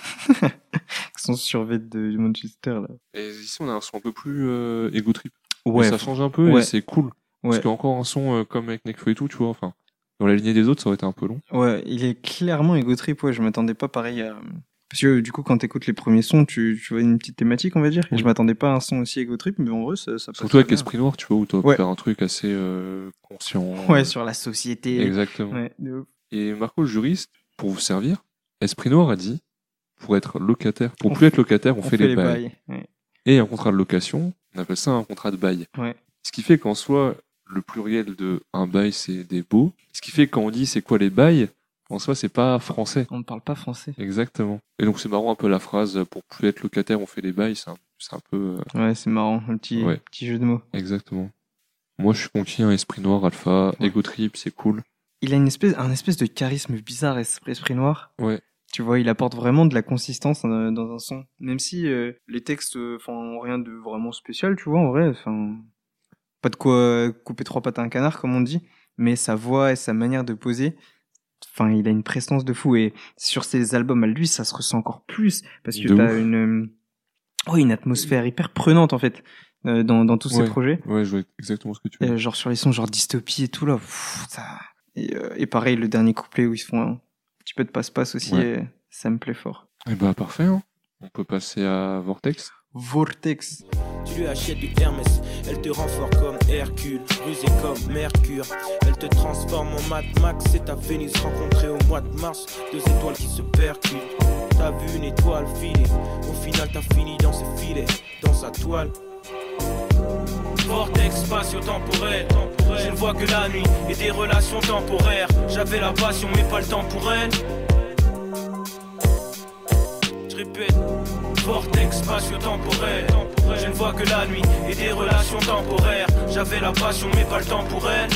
Son survêt du Manchester, là. Et ici on a un son un peu plus ego trip. Ouais. Et ça change un peu ouais. et c'est cool. Parce Ouais. qu'encore un son comme avec Nekfeu et tout, tu vois, enfin, dans la lignée des autres, ça aurait été un peu long. Ouais, il est clairement ego trip, ouais, je m'attendais pas pareil à... Parce que du coup, quand t'écoutes les premiers sons, tu vois une petite thématique, on va dire. Et Oui. je m'attendais pas à un son aussi ego trip, mais en vrai, ça passe. Surtout très avec bien. Esprit Noir, tu vois, où tu vas Ouais. faire un truc assez conscient. Ouais, sur la société. Exactement. Ouais, de ouf. Et Marco, le juriste, pour vous servir, Esprit Noir a dit, pour être locataire, pour plus être locataire, on fait les bails. Ouais. Et un contrat de location, on appelle ça un contrat de bail. Ouais. Ce qui fait qu'en soi, le pluriel de un bail, c'est des baux. Ce qui fait que quand on dit c'est quoi les bails, en soi, c'est pas français. On ne parle pas français. Exactement. Et donc, c'est marrant un peu la phrase, pour plus être locataire, on fait les bails, c'est un peu... Ouais, c'est marrant, un petit jeu de mots. Exactement. Moi, je suis conquis, un Esprit Noir, Alpha, Ego Trip, c'est cool. Il a un espèce de charisme bizarre, Esprit Noir. Ouais. Tu vois, il apporte vraiment de la consistance dans un son. Même si les textes ont rien de vraiment spécial, tu vois, en vrai. Pas de quoi couper 3 pattes à un canard, comme on dit. Mais sa voix et sa manière de poser, il a une prestance de fou. Et sur ses albums à lui, ça se ressent encore plus. Parce que t'as une atmosphère hyper prenante, en fait, dans tous ses projets. Ouais, je vois exactement ce que tu veux. Genre sur les sons, genre Dystopie et tout, là. Et pareil, le dernier couplet où ils se font un petit peu de passe-passe aussi, et ça me plaît fort. Et bah, parfait, hein. On peut passer à Vortex. Vortex. Tu lui achètes du Hermès, elle te rend fort comme Hercule, rusé comme Mercure. Elle te transforme en Mad Max, c'est ta Vénus rencontrée au mois de mars. 2 étoiles qui se percutent, t'as vu une étoile filer. Au final t'as fini dans ses filets, dans sa toile. Vortex spatio-temporel, je ne vois que la nuit et des relations temporaires. J'avais la passion mais pas le temps pour elle. Je répète, vortex spatio-temporel, je ne vois que la nuit et des relations temporaires. J'avais la passion mais pas le temps pour elle.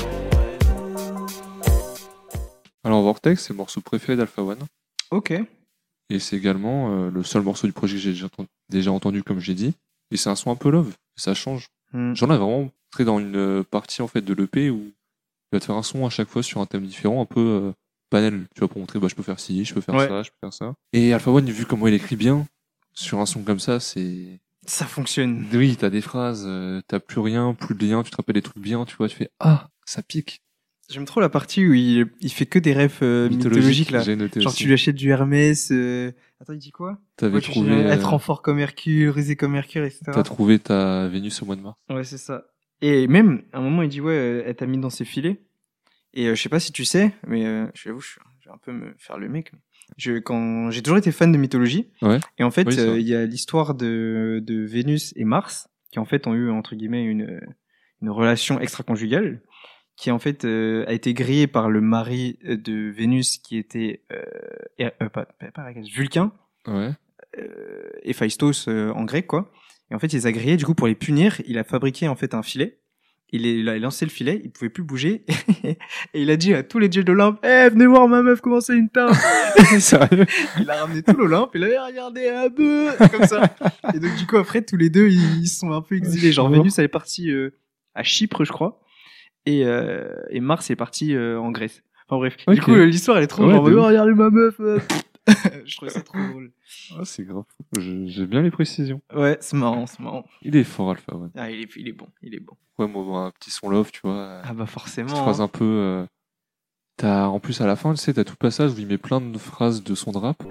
Alors, Vortex, c'est le morceau préféré d'Alpha One. Ok. Et c'est également le seul morceau du projet que j'ai déjà entendu, comme j'ai dit. Et c'est un son un peu love, ça change. J'en ai vraiment très dans une partie en fait de l'EP où il va te faire un son à chaque fois sur un thème différent, un peu panel, tu vois, pour montrer je peux faire ci, je peux faire ça, je peux faire ça. Et Alpha One, vu comment il écrit bien, sur un son comme ça, c'est... Ça fonctionne. Oui, t'as des phrases, t'as plus rien, plus de lien, tu te rappelles des trucs bien, tu vois, tu fais ah, ça pique. J'aime trop la partie où il fait que des refs mythologiques là. J'ai noté Genre aussi. tu lui achètes du Hermès. Attends, il dit quoi? T'avais Ouais, tu trouvé, sais, être en fort comme Hercule, rusé comme Hercule, etc. t'as trouvé ta Vénus au mois de mars. Ouais, c'est ça. Et même, à un moment, il dit, ouais, elle t'a mis dans ses filets. Et je sais pas si tu sais, mais je t'avoue, je vais un peu me faire le mec. Mais quand j'ai toujours été fan de mythologie. Ouais. Et en fait, Oui, c'est vrai. il y a l'histoire de Vénus et Mars, qui en fait ont eu, entre guillemets, une relation extra-conjugale, qui en fait a été grillée par le mari de Vénus, qui était pas Vulcain. Ouais. Héphaïstos en grec, quoi. Et en fait, il les a grillés. Du coup, pour les punir, il a fabriqué en fait un filet. Il a lancé le filet, il pouvait plus bouger. Et il a dit à tous les dieux de l'Olympe, venez voir ma meuf commencer une tarte. Sérieux? Il a ramené tout l'Olympe, il a regardé un peu, comme ça. Et donc, du coup, après, tous les deux, ils se sont un peu exilés. Genre, Vénus, elle est partie à Chypre, je crois. Et Mars est parti en Grèce. Enfin, bref. Okay. Du coup, l'histoire, elle est trop Ouais, genre, de ouf. regardez ma meuf. Je trouvais ça trop drôle. Ah, c'est grave. J'ai bien les précisions. Ouais, c'est marrant, c'est marrant. Il est fort, Alpha One. Ah, il est bon, il est bon. Ouais, moi, un petit son love, tu vois. Ah bah forcément. Petite phrase un peu. T'as, en plus, à la fin, tu sais, t'as tout le passage où il met plein de phrases de son rap.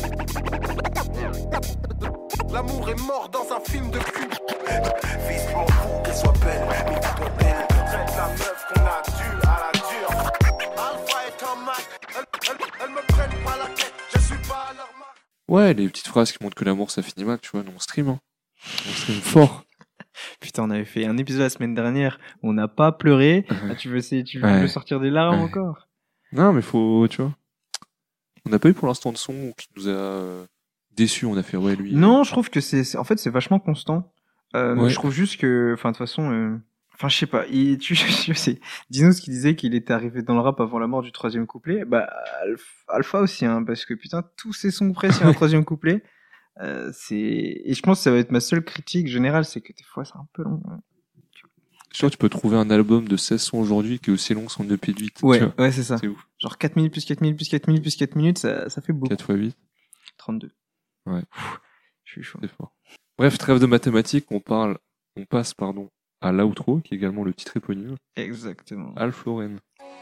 L'amour est mort dans un film de cul. Fils pour vous, qu'elle soit belle, mais que toi belle. Traite la meuf qu'on a due à la dure. Alpha est un Mac, elle me prenne pas la tête, je suis pas à leur marque. Ouais, les petites phrases qui montrent que l'amour ça finit mal, tu vois, nous on stream, hein. On stream fort. Putain, on avait fait un épisode la semaine dernière où on n'a pas pleuré. Ah, tu veux Ouais. sortir des larmes Ouais. encore? Non, mais faut, tu vois. On n'a pas eu pour l'instant de son qui nous a déçus, on a fait, ouais, lui. Non, je trouve que en fait, c'est vachement constant. Mais Ouais. je trouve juste que, enfin, de toute façon, enfin, je sais pas. Je sais. Dinos qui disait qu'il était arrivé dans le rap avant la mort du troisième couplet. Bah, Alpha aussi, hein, parce que putain, tous ces sons près sur un troisième couplet. Et je pense que ça va être ma seule critique générale, c'est que des fois, c'est un peu long. Je suis sûr que tu peux trouver un album de 16 sons aujourd'hui qui est aussi long que son EP de 8. Ouais, tu vois. ouais, c'est ça. C'est ouf. Genre 4 minutes plus 4 minutes plus 4 minutes plus 4 minutes, ça fait beaucoup. 4 x 8, 32. Ouais. Je suis chaud. c'est fort. Bref, trêve de mathématiques, on passe, à l'outro, qui est également le titre éponyme. Exactement. Alf Lauren.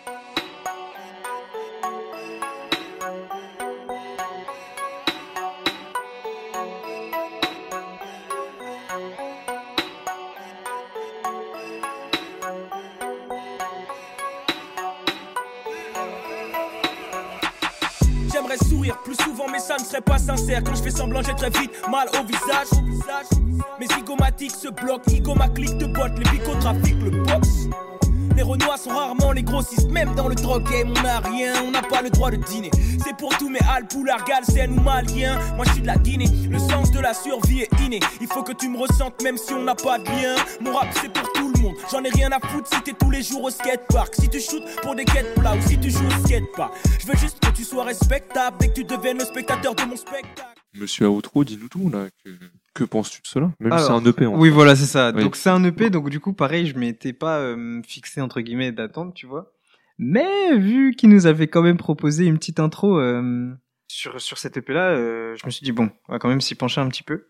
J'aimerais sourire plus souvent, mais ça ne serait pas sincère. Quand je fais semblant, j'ai très vite mal au visage. Mes zygomatiques se bloquent, Igo ma clique de boîte, les picotrafics, le box. Les Renois sont rarement les grossistes, même dans le drug game, on n'a rien, on n'a pas le droit de dîner. C'est pour tous mes Alpoulards, Galsen ou Maliens. Moi je suis de la Guinée, le sens de la survie est inné. Il faut que tu me ressentes même si on n'a pas de lien. Mon rap c'est pour tout le monde, j'en ai rien à foutre si t'es tous les jours au skatepark. Si tu shootes pour des quêtes plats ou si tu joues au skatepark. Je veux juste que tu sois respectable et que tu deviennes le spectateur de mon spectacle. Monsieur Outro, dis-nous tout, là. Que penses-tu de cela? Même si Alors, c'est un EP, en Oui, fait. voilà, c'est ça. Oui. Donc c'est un EP, donc du coup, pareil, je m'étais pas fixé entre guillemets d'attente, tu vois. Mais vu qu'il nous avait quand même proposé une petite intro sur cet EP là, je me suis dit bon, on va quand même s'y pencher un petit peu.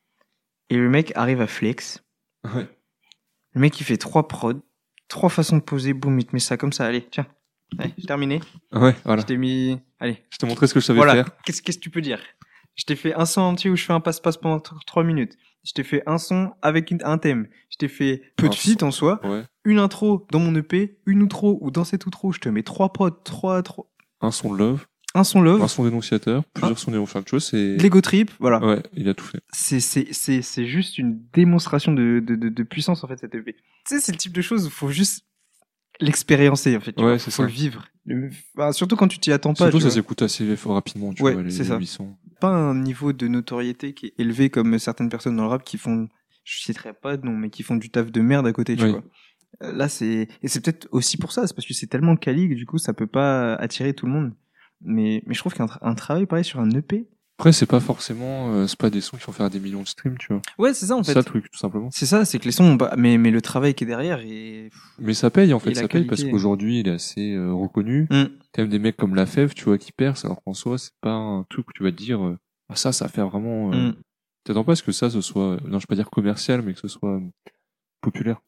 Et le mec arrive à flex. Ouais. Le mec il fait 3 prods, 3 façons de poser, boum, il te met ça comme ça. Allez, tiens, allez, j'ai terminé. Ouais, voilà. Je t'ai mis, allez. Je t'ai montré ce que je savais Voilà, faire. qu'est-ce que tu peux dire? Je t'ai fait un son entier où je fais un passe-passe pendant 3 minutes. Je t'ai fait un son avec un thème. Je t'ai fait peu de Un feat en soi. Ouais. Une intro dans mon EP, une outro ou dans cette outro, je te mets 3 prods, 3, Un son de love, un son love, un son dénonciateur, plusieurs sons dénonciateurs, tu vois, c'est... l'ego trip, voilà. Ouais, il a tout fait. C'est juste une démonstration de puissance en fait cet EP. Tu sais, c'est le type de choses où il faut juste l'expériencer en fait. Tu Ouais, vois. c'est faut ça. le vivre. Enfin, surtout quand tu t'y attends pas. Surtout, tu ça vois. s'écoute assez rapidement, tu Ouais, vois, les c'est ça. 800. Pas un niveau de notoriété qui est élevé comme certaines personnes dans le rap qui font, je citerai pas de nom, mais qui font du taf de merde à côté, tu Oui. vois. Là, et c'est peut-être aussi pour ça, c'est parce que c'est tellement quali que du coup, ça peut pas attirer tout le monde. Mais je trouve qu'un travail pareil sur un EP. Après, c'est pas forcément, c'est pas des sons qui vont faire des millions de streams, tu vois. Ouais, c'est ça, en C'est fait. ça le truc, tout simplement. C'est ça, c'est que les sons ont pas, mais le travail qui est derrière est, Mais ça paye, en Et fait, la ça paye parce qualité. qu'aujourd'hui, il est assez reconnu. T'as même des mecs comme La Fève, tu vois, qui percent, alors qu'en soi, c'est pas un truc où tu vas te dire, ah, ça va faire vraiment, T'attends pas à ce que ça, ce soit, non, je vais pas dire commercial, mais que ce soit populaire.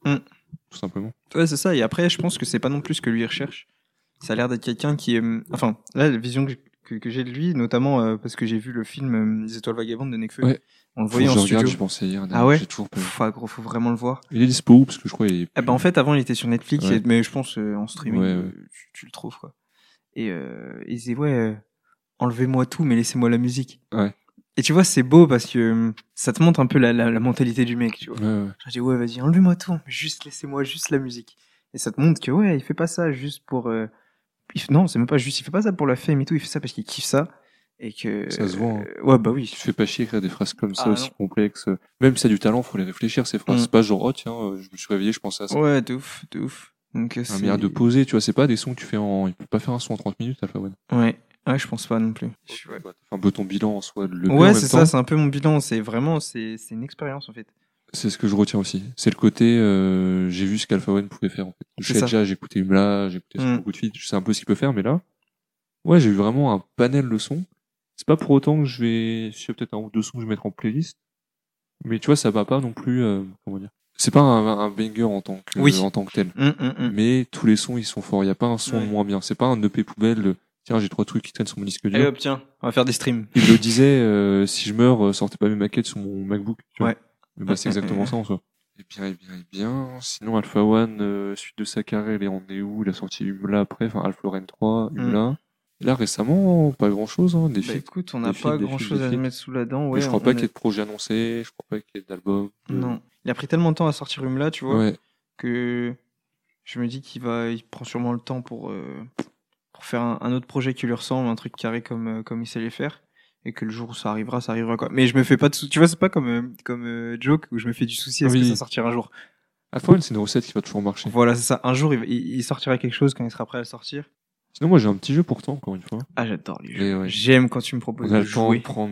tout simplement. Ouais, c'est ça. Et après, je pense que c'est pas non plus ce que lui recherche. Ça a l'air d'être quelqu'un qui est... Enfin, là, la vision que j'ai de lui, notamment parce que j'ai vu le film Les Étoiles Vagabondes de Nekfeu. Ouais. On le voyait en Je studio. regarde, je pensais hier. Ah ouais. J'ai toujours pas vu. Gros, faut vraiment le voir. Il est dispo où? Parce que je crois qu'il est... Eh ben, en fait, avant, il était sur Netflix, Ouais. mais je pense en streaming, Ouais, ouais. tu le trouves, quoi. Et il disait, enlevez-moi tout, mais laissez-moi la musique. Ouais. Et tu vois, c'est beau parce que ça te montre un peu la mentalité du mec, tu vois. Ouais. Je dis, vas-y, enlevez-moi tout, mais juste laissez-moi juste la musique. Et ça te montre que, il fait pas ça juste pour... Non, c'est même pas juste, il fait pas ça pour la fame et tout, il fait ça parce qu'il kiffe ça. Et que... Ça se voit, hein. Ouais, bah oui. Tu te fais pas chier à écrire des phrases comme ça Ah, aussi non. complexes. Même si t'as du talent, faut les réfléchir, ces phrases. Mm. C'est pas genre, oh tiens, je me suis réveillé, je pensais à ça. Ouais, de ouf. Donc, Un c'est... manière de poser, tu vois, c'est pas des sons que tu fais en... Il peut pas faire un son en 30 minutes, Alpha One. Ouais, je pense pas non plus. Ouais. T'as fait un peu ton bilan en soi. Le Ouais, en c'est même ça, temps, c'est un peu mon bilan. C'est vraiment, c'est une expérience en fait. c'est ce que je retiens aussi. C'est le côté, j'ai vu ce qu'Alpha One pouvait faire en fait. Je C'est sais ça. déjà, j'ai écouté Humla, j'ai écouté Mm. beaucoup de feats, je sais un peu ce qu'il peut faire, mais là, ouais, j'ai eu vraiment un panel de sons. C'est pas pour autant que je vais, s'il y a peut-être un ou deux sons que je vais mettre en playlist, mais tu vois, ça va pas non plus, comment dire. C'est pas un banger en tant que tel. Mais tous les sons, ils sont forts. Il y a pas un son Ouais. moins bien. C'est pas un EP poubelle. Tiens, j'ai 3 trucs qui traînent sur mon disque Allez dur. hop, tiens, on va faire des streams. Il le disait, si je meurs, sortez pas mes maquettes sur mon MacBook. Tu vois. Ouais. Mais bah, c'est exactement ça en soi. Et bien. Sinon, Alpha One, suite de sa carrière, il en est où? Il a sorti Humla après, enfin, Alpha Loren 3, Humla. Là, récemment, pas grand chose, hein. Des Bah feats. écoute, on n'a des pas feats, grand chose des à feats. mettre sous la dent. Mais Ouais, je crois pas qu'il y ait de projet annoncé. Je crois pas qu'il y ait d'album. Non. Il a pris tellement de temps à sortir Humla, tu vois, Ouais. que je me dis il prend sûrement le temps pour faire un autre projet qui lui ressemble, un truc carré comme il sait les faire. Et que le jour où ça arrivera quoi. Mais je me fais pas de soucis. Tu vois, c'est pas comme Joke où je me fais du souci est-ce que ça sortira un jour. Alpha One, c'est une recette qui va toujours marcher. Voilà, c'est ça. Un jour, il sortira quelque chose quand il sera prêt à le sortir. Sinon, moi, j'ai un petit jeu pour toi, encore une fois. Ah, j'adore les Et jeux. ouais. J'aime quand tu me proposes On a de le temps jouer. de prendre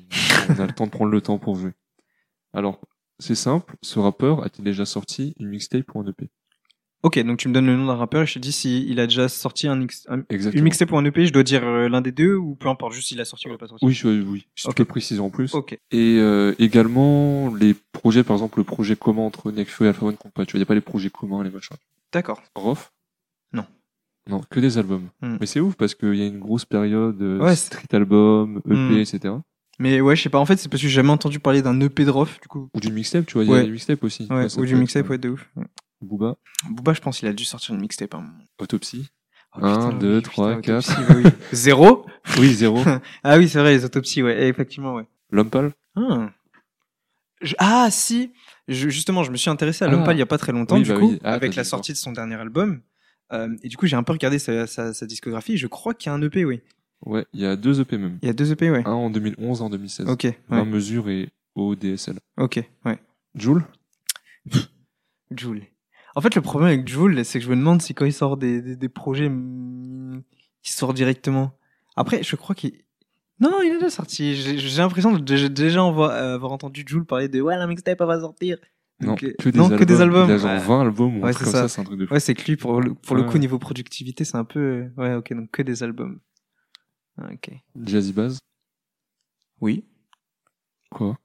on a le temps de prendre le temps pour jouer. Alors, c'est simple. Ce rappeur a-t-il déjà sorti une mixtape ou un EP? Ok, donc tu me donnes le nom d'un rappeur et je te dis s'il a déjà sorti une Exactement. mixtape ou un EP, je dois dire l'un des deux ou peu importe, juste s'il a sorti ou il a pas sorti. Oui. Si tu Ok. peux préciser en plus. Ok. Et également, les projets, par exemple, le projet commun entre Nekfeu et Alpha One compte pas. Tu vois, il n'y a pas les projets communs, les machins. D'accord. Rof? Non. Non, que des albums. Hmm. Mais c'est ouf parce qu'il y a une grosse période Ouais, street album, EP, Hmm. etc. Mais ouais, je sais pas, en fait, c'est parce que j'ai jamais entendu parler d'un EP de Rof, du coup. Ou d'une mixtape, tu vois, il y Ouais. a des mixtapes aussi. Ouais, Ça ou du peut mixtape, être, ouais, de ouf. Ouais. Booba, Booba, je pense qu'il a dû sortir une mixtape à un moment. Autopsie. Oh, 1, putain, 2, oui, 3, putain, 4. autopsie, oui. 0? Oui, 0. Ah oui, c'est vrai, les autopsies, ouais, effectivement, ouais. L'homme pâle. Si justement, je me suis intéressé à L'Homme Ah. Pâle il y a pas très longtemps, Oui, du bah coup, oui. Ah, avec t'as la dû sortie de son dernier album. Et du coup, j'ai un peu regardé sa discographie. Je crois qu'il y a un EP, oui. Ouais, il y a 2 EP même. Il y a 2 EP, ouais. Un en 2011, un en 2016. Ok, 20 ouais. mesures et ODSL. Ok, ouais. Joule? Jul. En fait, le problème avec Jul, c'est que je me demande si quand il sort des projets, il sort directement. Après, je crois qu'il... Non, il est déjà sorti. J'ai l'impression de déjà avoir entendu Jul parler de « Ouais, la mixtape, elle va sortir ». Non, Donc, que des albums. Il a genre Ouais. 20 albums ou un Ouais, truc c'est comme ça. ça, c'est un truc de fou. Ouais, c'est que lui, pour le Ouais. coup, niveau productivité, c'est un peu... Ouais, ok, donc que des albums. Ah, ok. Jazzy Bass. Oui. Quoi?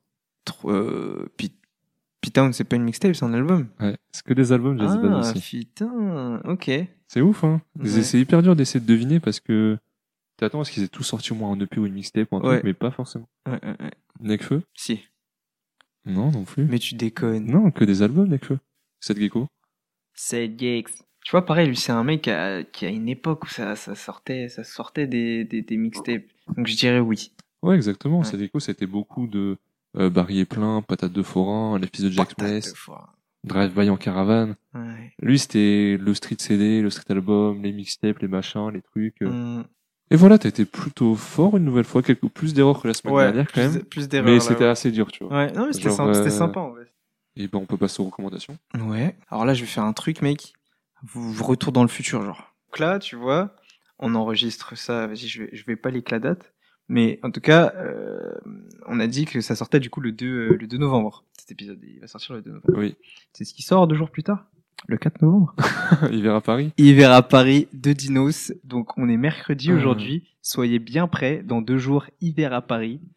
P-Town, c'est pas une mixtape, c'est un album. Ouais, c'est que des albums Jazzy Bass Ah, aussi. putain, ok. C'est ouf, hein. Ouais. C'est hyper dur d'essayer de deviner parce que t'attends à ce qu'ils aient tous sorti au moins un EP ou une mixtape ou un Ouais. truc, mais pas forcément. Ouais. Nekfeu? Si. Non, non plus. Mais tu déconnes. Non, que des albums, Nekfeu. Seth Gecko. C'est Gex. Tu vois, pareil, lui, c'est un mec qui a une époque où ça sortait des mixtapes. Donc je dirais oui. Ouais, exactement. Ouais. Seth Gecko, c'était beaucoup de Barry et plein, Patate de Forain, l'épisode de Jack Mess, Drive-by en caravane. Ouais. Lui, c'était le street CD, le street album, les mixtapes, les machins, les trucs. Mm. Et voilà, t'as été plutôt fort une nouvelle fois, plus d'erreurs que la semaine dernière quand même. Plus d'erreurs. Mais là, c'était ouais. assez dur, tu vois. Ouais, non, mais c'était Genre, sympa, c'était sympa en fait. Et ben, on peut passer aux recommandations. Ouais. Alors là, je vais faire un truc, mec. Retour dans le futur, genre. Donc là, tu vois, on enregistre ça. Vas-y, je vais pas la date. Mais en tout cas, on a dit que ça sortait du coup le 2 novembre. Cet épisode, il va sortir le 2 novembre. Oui. C'est ce qui sort 2 jours plus tard. Le 4 novembre. Hiver à Paris. Hiver à Paris de Dinos. Donc on est mercredi Ah. aujourd'hui. Soyez bien prêts. Dans 2 jours, Hiver à Paris.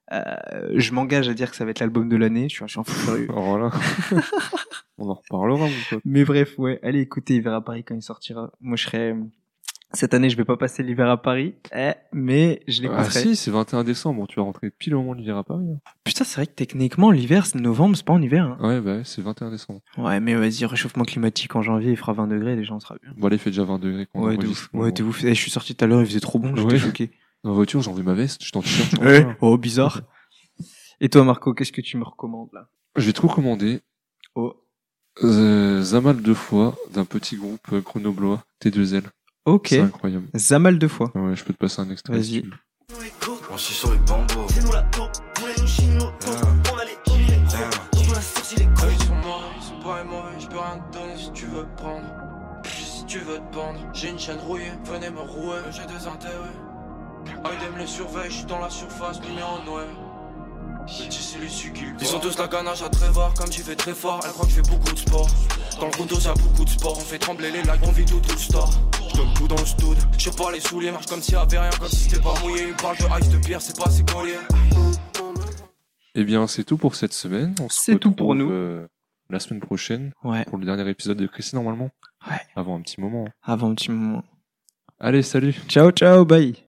Je m'engage à dire que ça va être l'album de l'année. Je suis un fou furieux. Alors là, on en reparlera, mon pote. Mais bref, ouais, allez écoutez Hiver à Paris quand il sortira. Moi, je serai... Cette année, je vais pas passer l'hiver à Paris, mais je l'écouterai. Ah si, c'est 21 décembre, tu vas rentrer pile au moment de l'hiver à Paris. Putain, c'est vrai que techniquement, l'hiver, c'est novembre, c'est pas en hiver. Hein. Ouais, bah ouais, c'est 21 décembre. Ouais, mais vas-y, réchauffement climatique en janvier, il fera 20 degrés, déjà, on sera bien. Bon, là, il fait déjà 20 degrés quand on Ouais, de enregistre. ouf. Ouais, t'es ouf. Je suis sorti tout à l'heure, il faisait trop bon, j'étais Ouais. choqué. Dans la voiture, j'ai enlevé ma veste, j'étais en t-shirt. Ouais. Oh, bizarre. Et toi, Marco, qu'est-ce que tu me recommandes, là? Je vais te recommander Oh. Zamal 2 fois d'un petit groupe grenoblois, T2L. Ok. C'est incroyable. Zamal 2 fois. Ouais, je peux te passer un extrait. Vas-y. si tu veux. On suit sur les bambos. C'est nous la taupe, voulez nous chiner nos taupes. On a les chiner les crocs, donc on a sorti les couilles. Ils sont mauvais, ils sont pas mauvais, je peux rien te donner si tu veux prendre. Si tu veux te pendre, j'ai une chaîne rouillée, venez me rouer, j'ai des intérêts. Aidem les surveille, je suis dans la surface, numéro 9. Petit c'est l'issue qui le Ils ont tous la ganache à Trévoir, comme j'y vais très fort, elle croit que je fais beaucoup de sport. Dans le Rundos y'a beaucoup de sport, on fait trembler les likes, on vit tout le store. J'donne tout dans le stud, je sais pas les souliers, marche comme s'il y avait rien, comme si c'était pas mouillé. Ils parlent de ice, de pierre, c'est pas assez collier. Eh bien, c'est tout pour cette semaine. On se C'est tout pour retrouve, nous. la semaine prochaine Ouais. pour le dernier épisode de Chrissy, normalement. Ouais. Avant un petit moment. Avant un petit moment. Allez, salut! Ciao, ciao, bye.